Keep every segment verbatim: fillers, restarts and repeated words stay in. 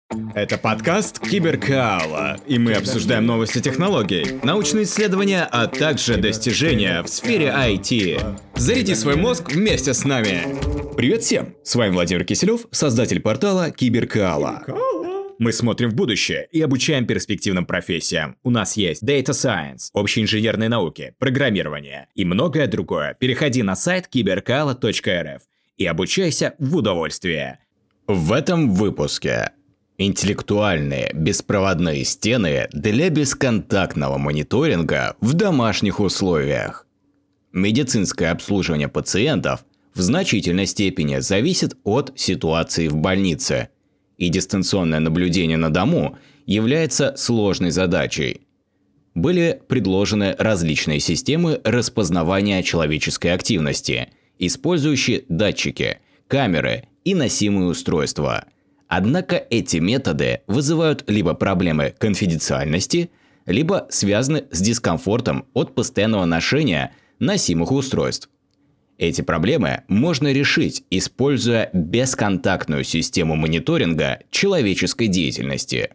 Это подкаст Киберкаала, и мы обсуждаем новости технологий, научные исследования, а также достижения в сфере ай ти. Заряди свой мозг вместе с нами. Привет всем, с вами Владимир Киселев, создатель портала Киберкаала. Мы смотрим в будущее и обучаем перспективным профессиям. У нас есть Data Science, общие инженерные науки, программирование и многое другое. Переходи на сайт киберкаала точка эр эф и обучайся в удовольствие. В этом выпуске интеллектуальные беспроводные стены для бесконтактного мониторинга в домашних условиях. Медицинское обслуживание пациентов в значительной степени зависит от ситуации в больнице, и дистанционное наблюдение на дому является сложной задачей. Были предложены различные системы распознавания человеческой активности, использующие датчики, камеры и носимые устройства. Однако эти методы вызывают либо проблемы конфиденциальности, либо связаны с дискомфортом от постоянного ношения носимых устройств. Эти проблемы можно решить, используя бесконтактную систему мониторинга человеческой деятельности.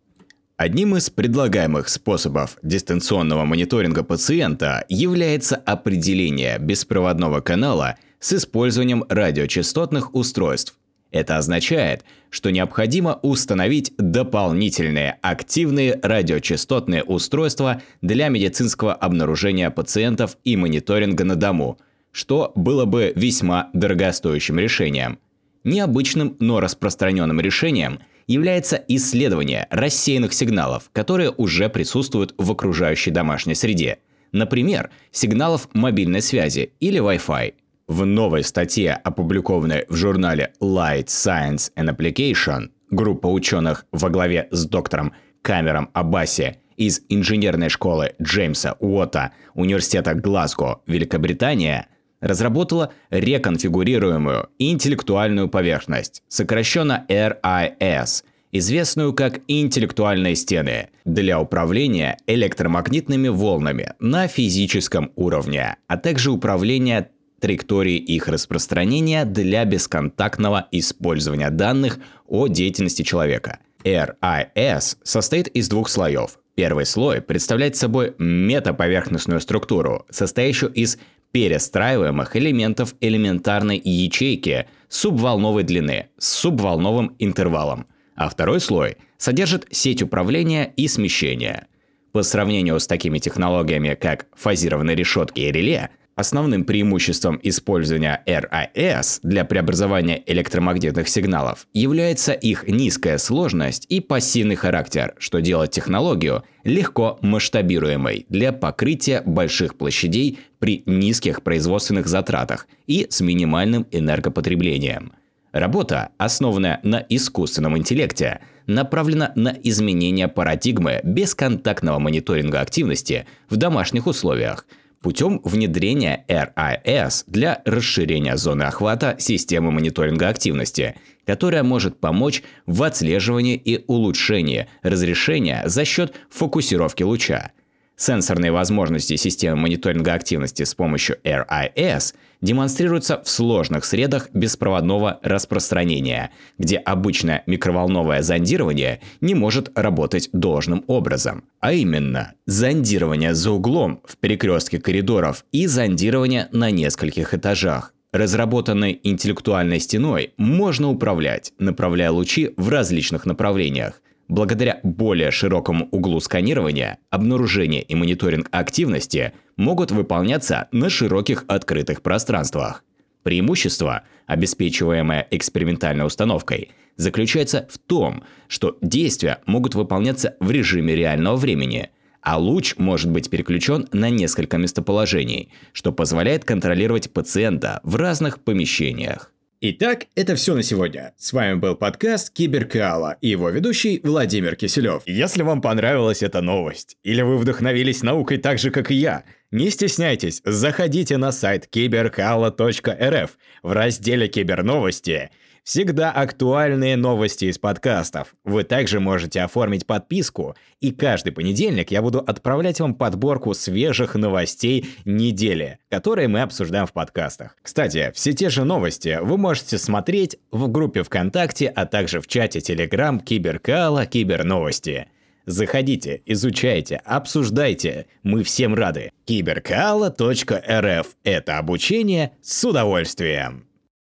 Одним из предлагаемых способов дистанционного мониторинга пациента является определение беспроводного канала с использованием радиочастотных устройств. Это означает, что необходимо установить дополнительные активные радиочастотные устройства для медицинского обнаружения пациентов и мониторинга на дому, что было бы весьма дорогостоящим решением. Необычным, но распространенным решением является исследование рассеянных сигналов, которые уже присутствуют в окружающей домашней среде, например, сигналов мобильной связи или Wi-Fi. В новой статье, опубликованной в журнале Light Science and Application, группа ученых во главе с доктором Камером Аббаси из инженерной школы Джеймса Уотта Университета Глазго, Великобритания, разработала реконфигурируемую интеллектуальную поверхность, сокращенно эр ай эс, известную как интеллектуальные стены, для управления электромагнитными волнами на физическом уровне, а также управления траекторией их распространения для бесконтактного использования данных о деятельности человека. эр ай эс состоит из двух слоев. Первый слой представляет собой метаповерхностную структуру, состоящую из перестраиваемых элементов элементарной ячейки субволновой длины с субволновым интервалом, а второй слой содержит сеть управления и смещения. По сравнению с такими технологиями, как фазированные решетки и реле, основным преимуществом использования эр ай эс для преобразования электромагнитных сигналов является их низкая сложность и пассивный характер, что делает технологию легко масштабируемой для покрытия больших площадей при низких производственных затратах и с минимальным энергопотреблением. Работа, основанная на искусственном интеллекте, направлена на изменение парадигмы бесконтактного мониторинга активности в домашних условиях путем внедрения эр ай эс для расширения зоны охвата системы мониторинга активности, которая может помочь в отслеживании и улучшении разрешения за счет фокусировки луча. Сенсорные возможности системы мониторинга активности с помощью эр ай эс демонстрируются в сложных средах беспроводного распространения, где обычное микроволновое зондирование не может работать должным образом. А именно, зондирование за углом в перекрестке коридоров и зондирование на нескольких этажах. Разработанной интеллектуальной стеной можно управлять, направляя лучи в различных направлениях. Благодаря более широкому углу сканирования, обнаружение и мониторинг активности могут выполняться на широких открытых пространствах. Преимущество, обеспечиваемое экспериментальной установкой, заключается в том, что действия могут выполняться в режиме реального времени, а луч может быть переключен на несколько местоположений, что позволяет контролировать пациента в разных помещениях. Итак, это все на сегодня. С вами был подкаст Киберкаала и его ведущий Владимир Киселев. Если вам понравилась эта новость, или вы вдохновились наукой так же, как и я, не стесняйтесь, заходите на сайт киберкаала точка эр эф в разделе «Киберновости». Всегда актуальные новости из подкастов. Вы также можете оформить подписку, и каждый понедельник я буду отправлять вам подборку свежих новостей недели, которые мы обсуждаем в подкастах. Кстати, все те же новости вы можете смотреть в группе ВКонтакте, а также в чате Telegram Киберкаала Киберновости. Заходите, изучайте, обсуждайте. Мы всем рады. киберкаала точка эр эф – это обучение с удовольствием.